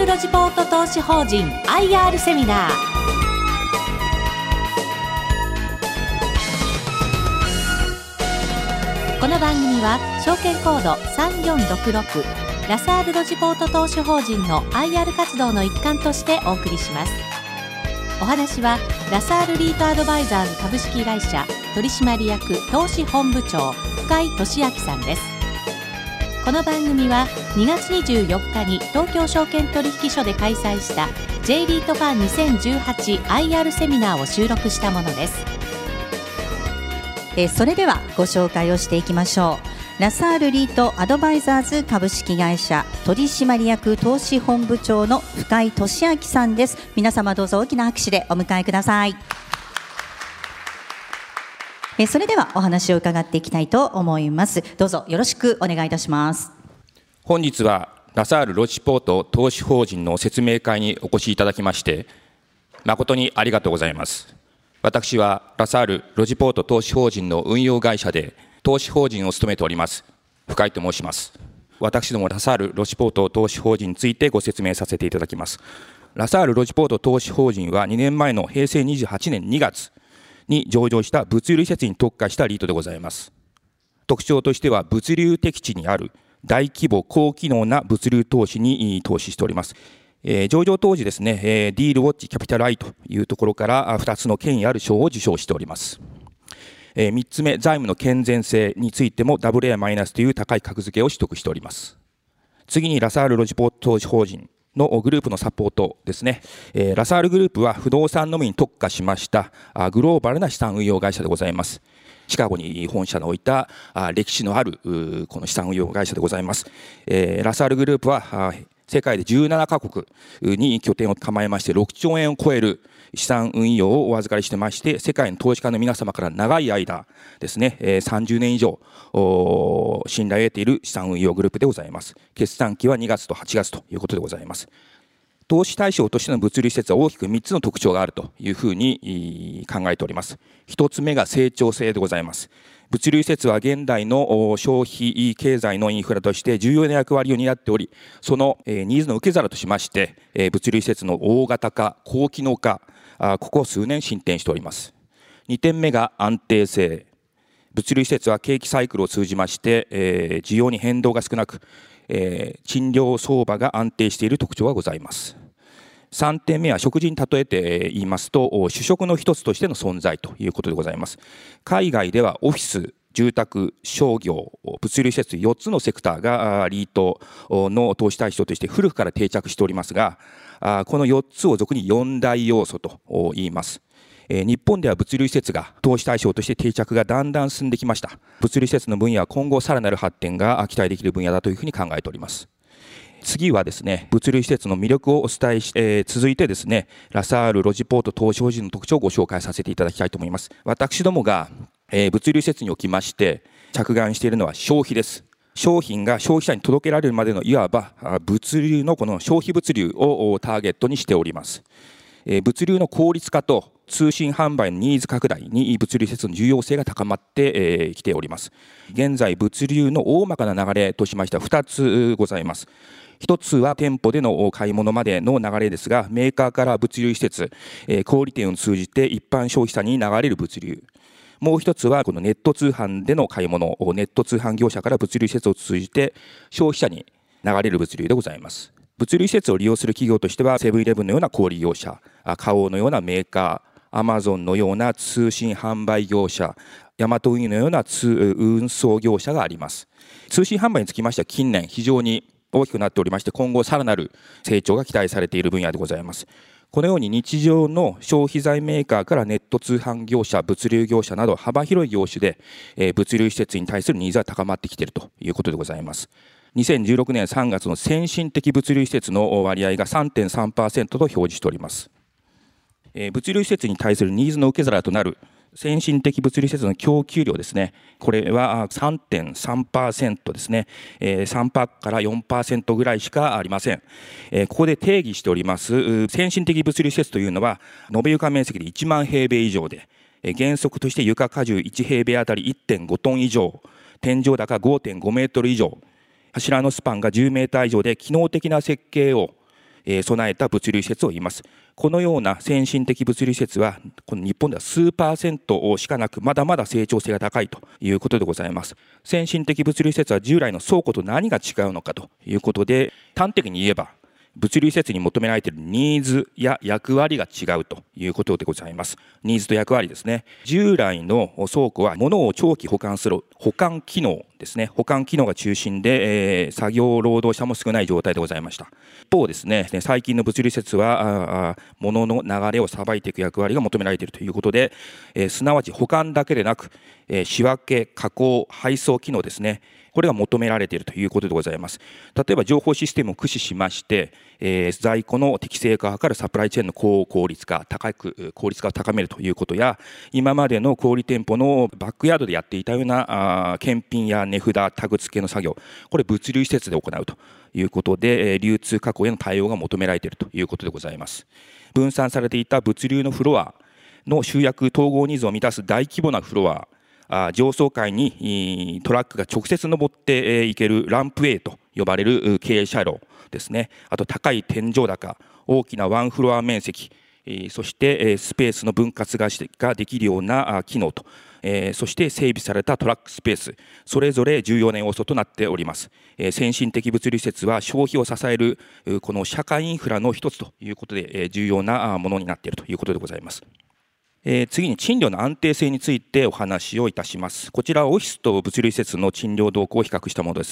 ールロジポート投資法人 IR セミナー。この番組は証券コード3466ラサールロジポート投資法人の IR 活動の一環としてお送りします。お話はラサールリートアドバイザーズ株式会社取締役投資本部長深井俊明さんです。この番組は2月24日に東京証券取引所で開催した J リートファン 2018IR セミナーを収録したものです。 それではご紹介をしていきましょう。ラサールリートアドバイザーズ株式会社取締役投資本部長の深井俊明さんです。皆様どうぞ大きな拍手でお迎えください。それではお話を伺っていきたいと思います。どうぞよろしくお願いいたします。 本日はラサールロジポート投資法人の説明会にお越しいただきまして誠にありがとうございます。私はラサールロジポート投資法人の運用会社で投資法人を務めております深井と申します。私どもラサールロジポート投資法人についてご説明させていただきます。ラサールロジポート投資法人は2年前の平成28年2月に上場した物流施設に特化したリートでございます。特徴としては物流適地にある大規模高機能な物流投資に投資しております。上場当時ですね、ディールウォッチキャピタルアイというところから2つの権威ある賞を受賞しております。3つ目、財務の健全性についても AA- という高い格付けを取得しております。次にラサールロジポート投資法人のグループのサポートですね。ラサールグループは不動産のみに特化しましたグローバルな資産運用会社でございます。シカゴに本社の置いた歴史のあるこの資産運用会社でございます。ラサールグループは世界で17カ国に拠点を構えまして6兆円を超える資産運用をお預かりしてまして、世界の投資家の皆様から長い間ですね、30年以上信頼を得ている資産運用グループでございます。決算期は2月と8月ということでございます。投資対象としての物流施設は大きく3つの特徴があるというふうに考えております。1つ目が成長性でございます。物流施設は現代の消費経済のインフラとして重要な役割を担っており、そのニーズの受け皿としまして物流施設の大型化、高機能化、ここ数年進展しております。2点目が安定性。物流施設は景気サイクルを通じまして需要に変動が少なく賃料相場が安定している特徴がございます。3点目は食事に例えて言いますと主食の一つとしての存在ということでございます。海外ではオフィス、住宅、商業、物流施設4つのセクターがリートの投資対象として古くから定着しておりますが、この4つを俗に4大要素と言います。日本では物流施設が投資対象として定着がだんだん進んできました。物流施設の分野は今後さらなる発展が期待できる分野だというふうに考えております。次はですね、物流施設の魅力をお伝えし、続いてですね、ラサールロジポート投資法人の特徴をご紹介させていただきたいと思います。私どもが、物流施設におきまして着眼しているのは消費です。商品が消費者に届けられるまでのいわば物流のこの消費物流をターゲットにしております。物流の効率化と通信販売のニーズ拡大に物流施設の重要性が高まってきております。現在物流の大まかな流れとしましては2つございます。一つは店舗での買い物までの流れですが、メーカーから物流施設、小売店を通じて一般消費者に流れる物流。もう一つはこのネット通販での買い物、ネット通販業者から物流施設を通じて消費者に流れる物流でございます。物流施設を利用する企業としては、セブンイレブンのような小売業者、花王のようなメーカー、アマゾンのような通信販売業者、ヤマト運輸のような運送業者があります。通信販売につきましては近年非常に大きくなっておりまして、今後さらなる成長が期待されている分野でございます。このように日常の消費財メーカーからネット通販業者、物流業者など幅広い業種で物流施設に対するニーズが高まってきているということでございます。2016年3月の先進的物流施設の割合が 3.3% と表示しております。物流施設に対するニーズの受け皿となる先進的物流施設の供給量ですね、これは 3.3% ですね、3% から 4% ぐらいしかありません。ここで定義しております先進的物流施設というのは、延べ床面積で1万平米以上で、原則として床荷重1平米あたり 1.5 トン以上、天井高 5.5 メートル以上、柱のスパンが10メーター以上で機能的な設計を備えた物流施設を言います。このような先進的物流施設は、この日本では数%しかなく、まだまだ成長性が高いということでございます。先進的物流施設は従来の倉庫と何が違うのかということで、端的に言えば、物流施設に求められているニーズや役割が違うということでございます。ニーズと役割ですね。従来の倉庫は物を長期保管する保管機能ですね。保管機能が中心で、作業労働者も少ない状態でございました。一方ですね、最近の物流施設は物の流れをさばいていく役割が求められているということで、すなわち保管だけでなく、仕分け、加工、配送機能ですね。これが求められているということでございます。例えば情報システムを駆使しまして、在庫の適正化を図るサプライチェーンの効率化を高めるということや、今までの小売店舗のバックヤードでやっていたような検品や値札、タグ付けの作業、これ物流施設で行うということで、流通確保への対応が求められているということでございます。分散されていた物流のフロアの集約統合ニーズを満たす大規模なフロア、上層階にトラックが直接登っていけるランプウェイと呼ばれる経営車両ですね。あと高い天井高、大きなワンフロア面積、そしてスペースの分割ができるような機能と、そして整備されたトラックスペース、それぞれ重要な要素となっております。先進的物流施設は消費を支えるこの社会インフラの一つということで重要なものになっているということでございます。次に賃料の安定性についてお話をいたします。こちらはオフィスと物流施設の賃料動向を比較したものです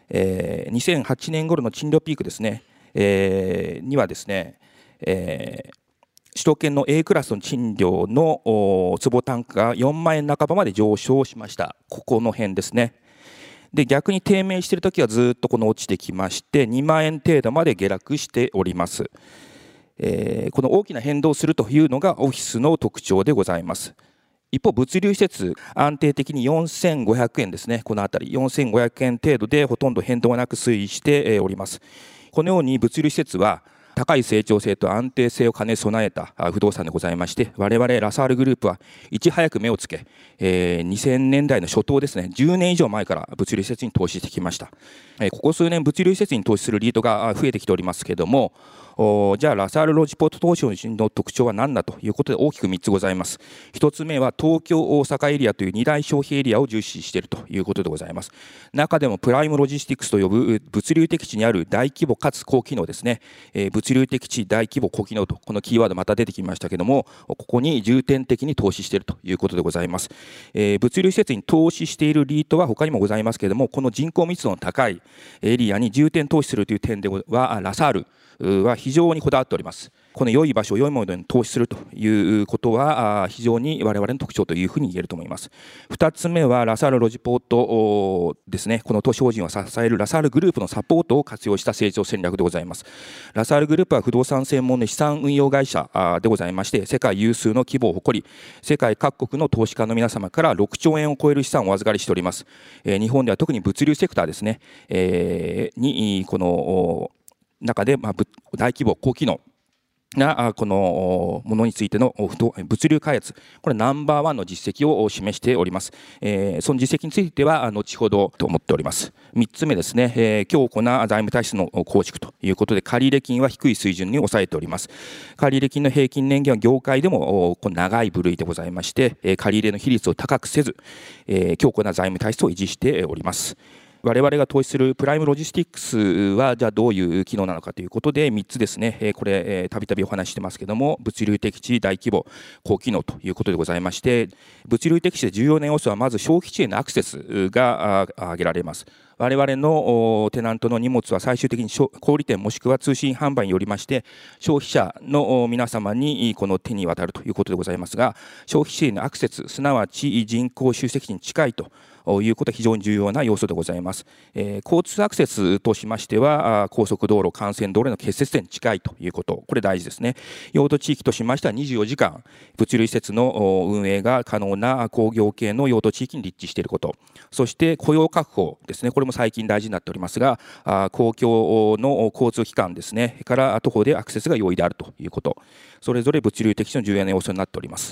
。2008年頃の賃料ピークですね、にはですね、首都圏の A クラスの賃料の坪単価が4万円半ばまで上昇しました。ここの辺ですね。で、逆に低迷しているときはずっと落ちてきまして、2万円程度まで下落しております。この大きな変動をするというのがオフィスの特徴でございます。一方、物流施設、安定的に4500円ですね、このあたり、4500円程度でほとんど変動がなく推移しております。このように物流施設は、高い成長性と安定性を兼ね備えた不動産でございまして、我々ラサールグループはいち早く目をつけ、2000年代の初頭ですね、10年以上前から物流施設に投資してきました。ここ数年物流施設に投資するリートが増えてきておりますけれども、じゃあラサールロジポート投資の特徴は何だということで大きく3つございます。1つ目は東京大阪エリアという2大消費エリアを重視しているということでございます。中でもプライムロジスティクスと呼ぶ物流的地にある大規模かつ高機能ですね、物流的地大規模高機能とこのキーワードまた出てきましたけども、ここに重点的に投資しているということでございます。物流施設に投資しているリートは他にもございますけれども、この人口密度の高いエリアに重点投資するという点ではラサールは非常にこだわっております。この良い場所、良いものに投資するということは非常に我々の特徴というふうに言えると思います。2つ目はラサールロジポートですね。この投資法人を支えるラサールグループのサポートを活用した成長戦略でございます。ラサールグループは不動産専門の資産運用会社でございまして、世界有数の規模を誇り、世界各国の投資家の皆様から6兆円を超える資産をお預かりしております。日本では特に物流セクターですね、にこの中で大規模高機能なこのものについての物流開発、これナンバーワンの実績を示しております。その実績については後ほどと思っております。3つ目ですね、強固な財務体質の構築ということで、借入金は低い水準に抑えております。借入金の平均年限は業界でも長い部類でございまして、借入の比率を高くせず、強固な財務体質を維持しております。我々が投資するプライムロジスティックスはじゃあどういう機能なのかということで3つですね、これたびたびお話してますけども、物流的地大規模高機能ということでございまして、物流的地で重要な要素はまず消費地へのアクセスが挙げられます。我々のテナントの荷物は最終的に小売店もしくは通信販売によりまして消費者の皆様にこの手に渡るということでございますが、消費地へのアクセス、すなわち人口集積地に近いということは非常に重要な要素でございます。交通アクセスとしましては高速道路、幹線道路の結節点に近いということ、これ大事ですね。用途地域としましては24時間物流施設の運営が可能な工業系の用途地域に立地していること、そして雇用確保ですね、これも最近大事になっておりますが、公共の交通機関ですねから徒歩でアクセスが容易であるということ、それぞれ物流的地の重要な要素になっております。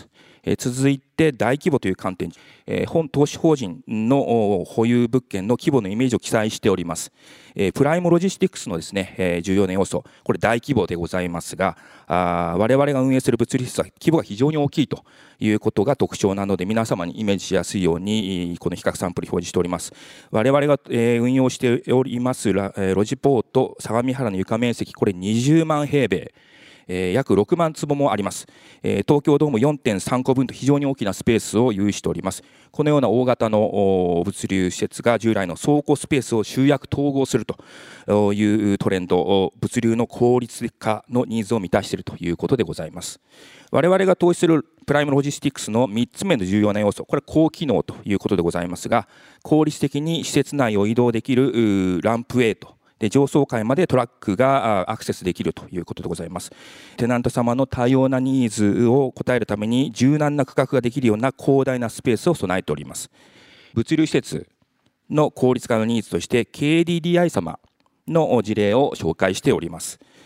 続いて大規模という観点、本投資法人の保有物件の規模のイメージを記載しております。プライムロジスティックスのですね、重要な要素、これ大規模でございますが、我々が運営する物流施設は規模が非常に大きいということが特徴なので、皆様にイメージしやすいようにこの比較サンプル表示しております。我々が運用しておりますロジポート相模原の床面積、これ20万平米。約6万坪もあります。東京ドーム 4.3 個分と非常に大きなスペースを有しております。このような大型の物流施設が従来の倉庫スペースを集約統合するというトレンド、物流の効率化のニーズを満たしているということでございます。我々が投資するプライムロジスティックスの3つ目の重要な要素、これは高機能ということでございますが、効率的に施設内を移動できるランプウェイとで上層階までトラックがアクセスできるということでございます。テナント様の多様なニーズを応えるために柔軟な区画ができるような広大なスペースを備えております。物流施設の効率化のニーズとして KDDI 様の事例を紹介しております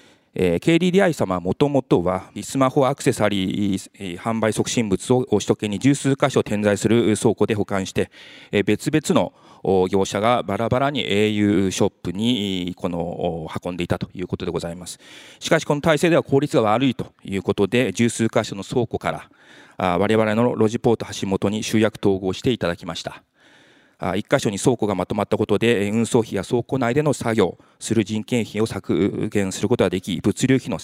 。KDDI 様はもともとはスマホアクセサリー販売促進物を首都圏に十数箇所点在する倉庫で保管して、別々の業者がバラバラに au ショップに運んでいたということでございます。しかしこの体制では効率が悪いということで、十数箇所の倉庫から我々のロジポート橋本に集約統合していただきました。一箇所に倉庫がまとまったことで、運送費や倉庫内での作業する人件費を削減することができ、物流費の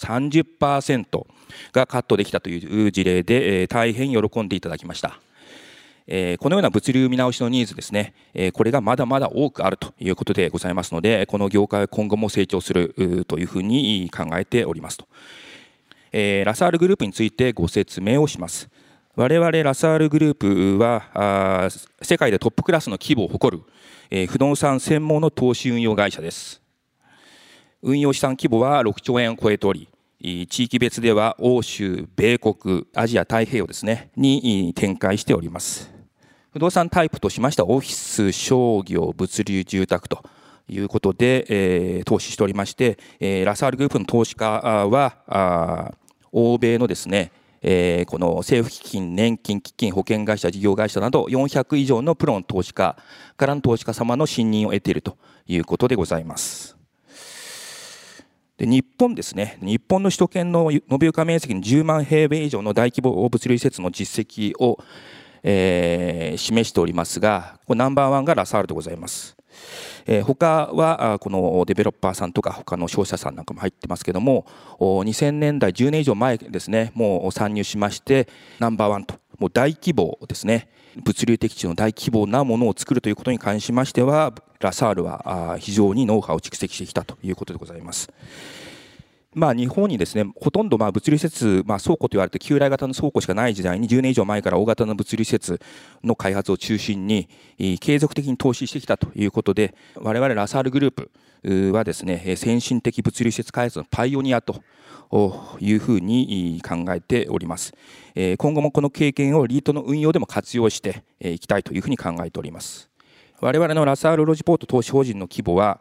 30% がカットできたという事例で、大変喜んでいただきました。このような物流見直しのニーズですね、これがまだまだ多くあるということでございますので、この業界は今後も成長するというふうに考えておりますと。ラサールグループについてご説明をします。我々ラサールグループは世界でトップクラスの規模を誇る不動産専門の投資運用会社です。運用資産規模は6兆円を超えており、地域別では欧州、米国、アジア太平洋ですねに展開しております。不動産タイプとしましてはオフィス、商業、物流、住宅ということで、投資しておりまして、ラサールグループの投資家は欧米のですねこの政府基金、年金基金、保険会社、事業会社など400以上のプロの投資家からの投資家様の信任を得ているということでございます。で日本ですね、日本の首都圏の延べ床面積の10万平米以上の大規模物流施設の実績を、示しておりますが、これナンバーワンがラサールでございます。他はこのデベロッパーさんとか他の商社さんなんかも入ってますけども、2000年代10年以上前ですね、もう参入しましてナンバーワンと、もう大規模ですね、物流的地の大規模なものを作るということに関しましてはラサールは非常にノウハウを蓄積してきたということでございます。日本にですね、ほとんど物流施設、倉庫と言われて旧来型の倉庫しかない時代に10年以上前から大型の物流施設の開発を中心に継続的に投資してきたということで、我々ラサールグループはですね、先進的物流施設開発のパイオニアというふうに考えております。今後もこの経験をリートの運用でも活用していきたいというふうに考えております。我々のラサールロジポート投資法人の規模は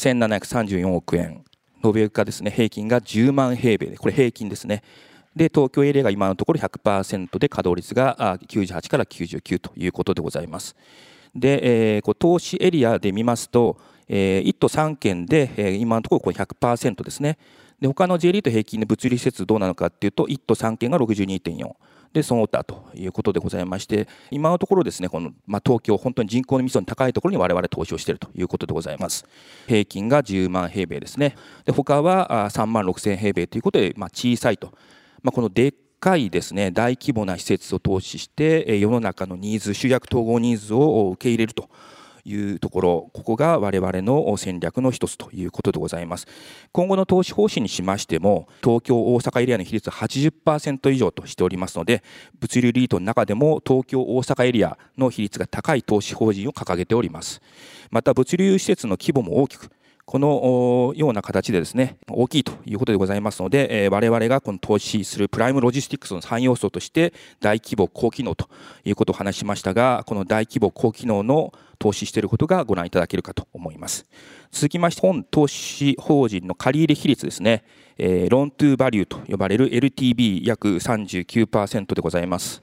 1734億円。延べ床ですね、平均が10万平米で、これ平均ですね。で、東京エリアが今のところ 100% で稼働率が98から99ということでございます。で、投資エリアで見ますと、1都3県で今のところこれ 100% ですね。で、他の J リート平均の物流施設どうなのかっていうと、1都3県が 62.4。でその他ということでございまして、今のところですね、この東京、本当に人口の密度の高いところに我々投資をしているということでございます。平均が10万平米ですね。で他は3万6000平米ということで、小さいと、このでっかいですね、大規模な施設を投資して世の中のニーズ、集約統合ニーズを受け入れるというところ、ここが我々の戦略の一つということでございます。今後の投資方針にしましても、東京、大阪エリアの比率は 80% 以上としておりますので、物流リートの中でも東京、大阪エリアの比率が高い投資法人を掲げております。また物流施設の規模も大きく、このような形でですね、大きいということでございますので、我々がこの投資するプライムロジスティックスの3要素として大規模高機能ということを話しましたが、この大規模高機能の投資していることがご覧いただけるかと思います。続きまして、本投資法人の借入比率ですね、ローントゥーバリューと呼ばれる LTV 約 39% でございます。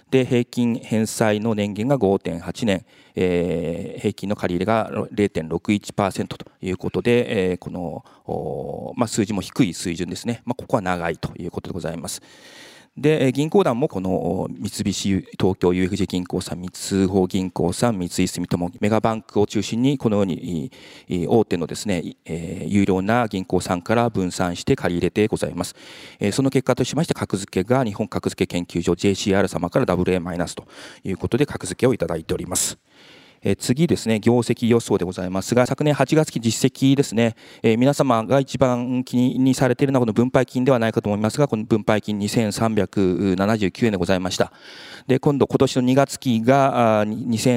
で、平均返済の年限が 5.8 年、平均の借り入れが 0.61% ということで、この、数字も低い水準ですね。ここは長いということでございます。で、銀行団もこの三菱東京 UFJ 銀行さん、みずほ銀行さん、三井住友メガバンクを中心にこのように大手のですね、有料な銀行さんから分散して借り入れてございます。その結果としまして、格付けが日本格付け研究所 JCR 様から AA- ということで格付けをいただいております。次ですね、業績予想でございますが、昨年8月期実績ですね、皆様が一番気にされているのはこの分配金ではないかと思いますが、この分配金2379円でございました。で、今年の2月期が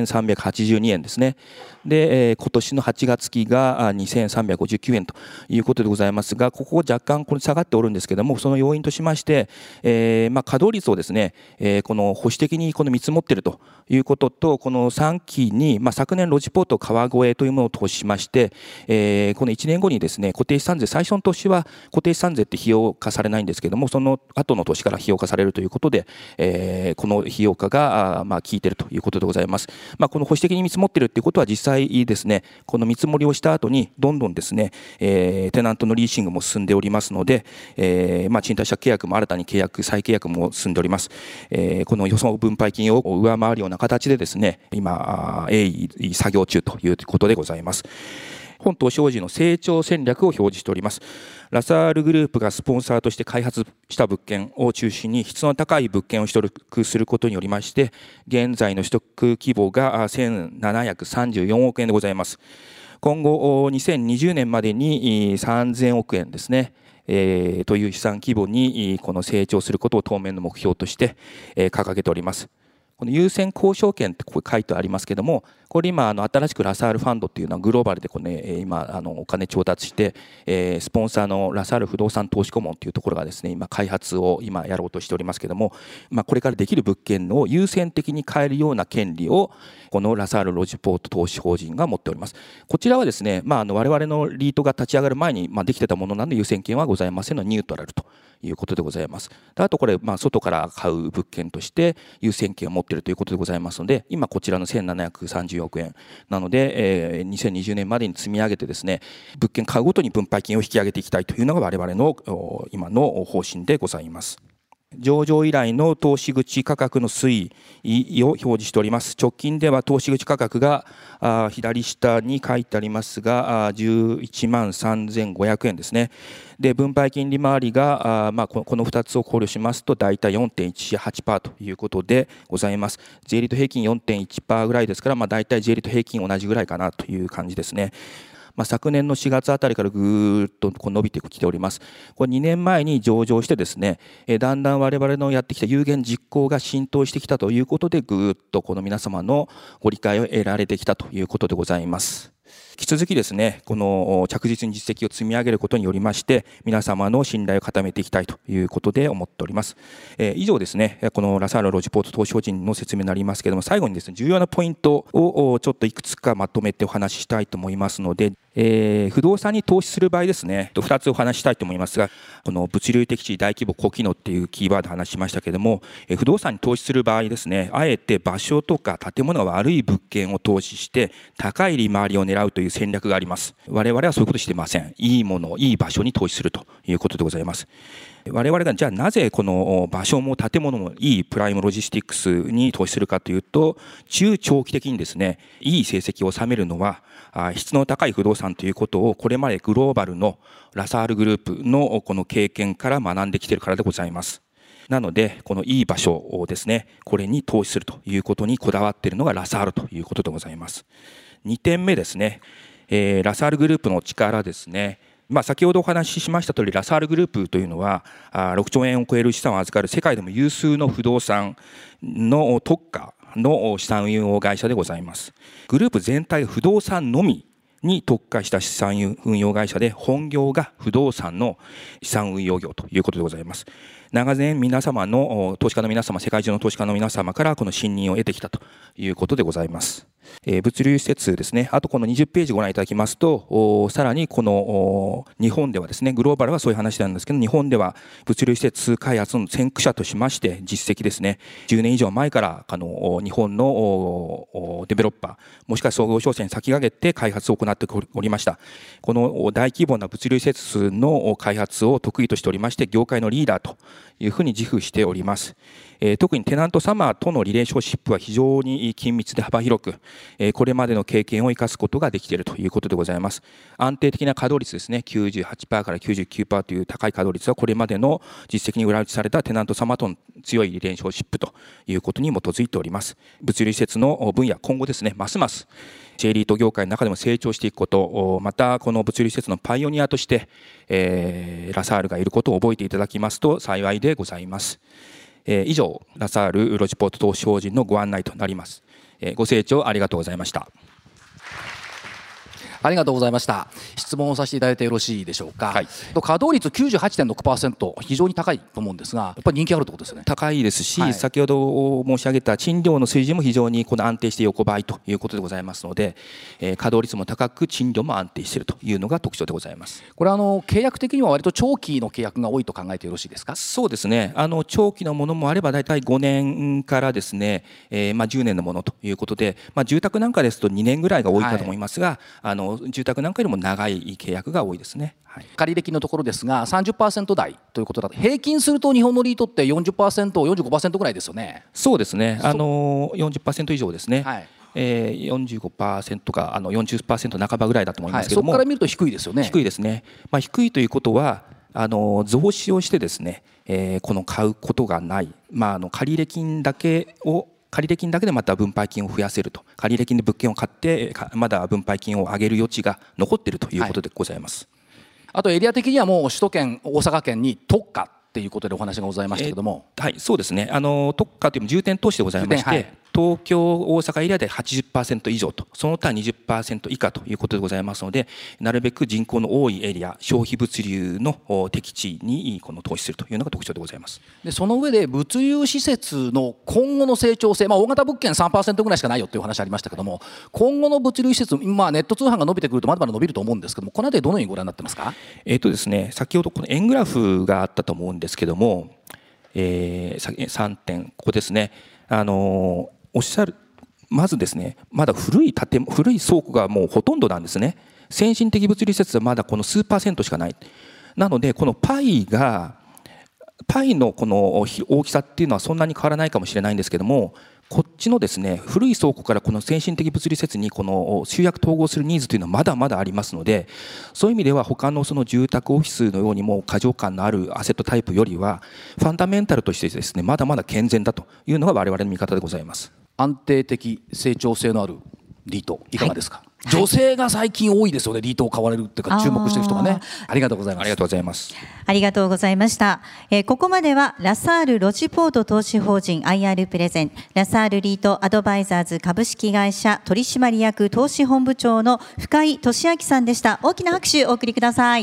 2382円ですね。で、今年の8月期が2359円ということでございますが、ここ若干これ下がっておるんですけれども、その要因としまして、稼働率をですね、この保守的にこの見積もっているということと、この3期に、昨年ロジポート川越というものを投資しまして、この1年後にですね、固定資産税、最初の年は固定資産税って費用化されないんですけれども、その後の年から費用化されるということで、この費用化が効いているということでございます。この保守的に見積もっているということは実際ですね、この見積もりをした後にどんどんですね、テナントのリーシングも進んでおりますので、賃貸借契約も新たに再契約も進んでおります。この予想分配金を上回るような形でですね、今鋭意作業中ということでございます。本投資法人の成長戦略を表示しております。ラサールグループがスポンサーとして開発した物件を中心に質の高い物件を取得することによりまして、現在の取得規模が1734億円でございます。今後2020年までに3000億円ですね、という資産規模にこの成長することを当面の目標として掲げております。この優先交渉権ってここに書いてありますけども、これ今新しくラサールファンドっていうのはグローバルでこれ、今お金調達して、スポンサーのラサール不動産投資顧問っていうところがですね、今開発を今やろうとしておりますけども、これからできる物件を優先的に買えるような権利をこのラサールロジポート投資法人が持っております。こちらはですね、我々のリートが立ち上がる前にできてたものなので優先権はございませんのニュートラルということでございます。あとこれ外から買う物件として優先権を持っているということでございますので、今こちらの1730億円なので、2020年までに積み上げてですね、物件買うごとに分配金を引き上げていきたいというのが我々の今の方針でございます。上場以来の投資口価格の推移を表示しております。直近では投資口価格が左下に書いてありますが11万3500円ですね。で、分配金利回りがこの2つを考慮しますと大体 4.18% ということでございます。税率平均 4.1% ぐらいですから、大体税率平均同じぐらいかなという感じですね。昨年の4月あたりからぐーっと伸びてきております。これ2年前に上場してですね、だんだん我々のやってきた有言実行が浸透してきたということで、ぐーっとこの皆様のご理解を得られてきたということでございます。引き続きですね、この着実に実績を積み上げることによりまして、皆様の信頼を固めていきたいということで思っております。以上ですね、このラサールロジポート投資法人の説明になりますけれども、最後にですね、重要なポイントをちょっといくつかまとめてお話ししたいと思いますので、不動産に投資する場合ですね、2つお話ししたいと思いますが、この物流的地大規模高機能っていうキーワードを話しましたけれども、不動産に投資する場合ですね、あえて場所とか建物が悪い物件を投資して高い利回りを狙うという戦略があります。我々はそういうことしていません。いいもの、いい場所に投資するということでございます。我々がじゃあなぜこの場所も建物もいいプライムロジスティックスに投資するかというと、中長期的にですね、いい成績を収めるのは質の高い不動産ということをこれまでグローバルのラサールグループのこの経験から学んできているからでございます。なのでこのいい場所をですね、これに投資するということにこだわっているのがラサールということでございます。2点目ですね、ラサールグループの力ですね。先ほどお話ししました通り、ラサールグループというのは6兆円を超える資産を預かる世界でも有数の不動産の特化の資産運用会社でございます。グループ全体不動産のみに特化した資産運用会社で、本業が不動産の資産運用業ということでございます。 長年皆様の投資家の皆様、世界中の投資家の皆様からこの信任を得てきたということでございます。物流施設ですね。あとこの20ページご覧いただきますと、さらにこの日本ではですね、グローバルはそういう話なんですけど、日本では物流施設開発の先駆者としまして実績ですね、10年以上前から日本のデベロッパー、もしくは総合商社に先駆けて開発を行っておりました。この大規模な物流施設の開発を得意としておりまして、業界のリーダーというふうに自負しております。特にテナント様とのリレーションシップは非常に緊密で幅広く、これまでの経験を生かすことができているということでございます。安定的な稼働率ですね、98% から 99% という高い稼働率はこれまでの実績に裏打ちされたテナント様との強いリレーションシップということに基づいております。物流施設の分野、今後ですね、ますますJリート業界の中でも成長していくこと、またこの物流施設のパイオニアとして、ラサールがいることを覚えていただきますと幸いでございます。以上、ラサールロジポート投資法人のご案内となります。ご清聴ありがとうございました。 ありがとうございました。質問をさせていただいてよろしいでしょうか。 はい、 稼働率 98.6%、非常に高いと思うんですが、やっぱり人気あるということですよね。 高いですし、 はい、 先ほど申し上げた賃料の水準も非常にこの安定して横ばいということでございますので、稼働率も高く賃料も安定しているというのが特徴でございます。 これは契約的には割と長期の契約が多いと考えてよろしいですか。 そうですね、長期のものもあればだいたい5年からですね、10年のものということで、住宅なんかですと2年ぐらいが多いかと思いますが、はい、住宅なんかよりも長い契約が多いですね。はい、 借入金のところですが 30% 台ということだと、平均すると日本のリートって 40%、45% ぐらいですよね。 そうですね、40% 以上ですね。 はい、 45% か40% 半ばぐらいだと思いますけども、 はい、そこから見ると低いですよね。 低いですね。低いということは増資をしてですね、この買うことがない、借入金だけでまた分配金を増やせると、借入金で物件を買ってまだ分配金を上げる余地が残っているということでございます。 はい、あとエリア的にはもう首都圏、大阪圏に特化っていうことでお話がございましたけれども、 はい、そうですね、特化という重点投資でございまして、はい、東京、大阪エリアで 80% 以上と、その他 20% 以下ということでございますので、なるべく人口の多いエリア、消費物流の適地にこの投資するというのが特徴でございます。 でその上で物流施設の今後の成長性、大型物件 3% ぐらいしかないよという話ありましたけども、今後の物流施設、ネット通販が伸びてくるとまだまだ伸びると思うんですけども、このあたりどのようにご覧になってますか。 ですね、先ほどこの円グラフがあったと思うんですけども、3点、ここですね、おっしゃる、まずですね、まだ古い倉庫がもうほとんどなんですね。先進的物流施設はまだこの数%しかない。なのでこのパイのこの大きさっていうのはそんなに変わらないかもしれないんですけども、こっちのですね、古い倉庫からこの先進的物流施設にこの集約統合するニーズというのはまだまだありますので、そういう意味では他のその住宅オフィスのようにも過剰感のあるアセットタイプよりはファンダメンタルとしてですね、まだまだ健全だというのが我々の見方でございます。 安定的成長性のあるリートいかがですか。 はい、 女性が最近多いですよね、リートを買われるっていうか注目している人がね。ありがとうございます。 ありがとうございます。 ありがとうございました。ここまではラサールロジポート投資法人 IR プレゼンラサールリートアドバイザーズ株式会社取締役投資本部長の深井俊明さんでした。大きな拍手をお送りください。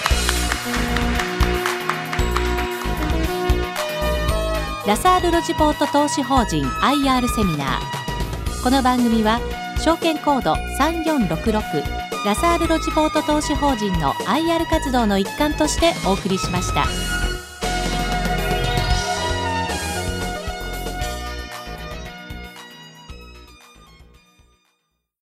ラサールロジポート投資法人 IR セミナー。この番組は証券コード3466ラサールロジポート投資法人の IR 活動の一環としてお送りしました。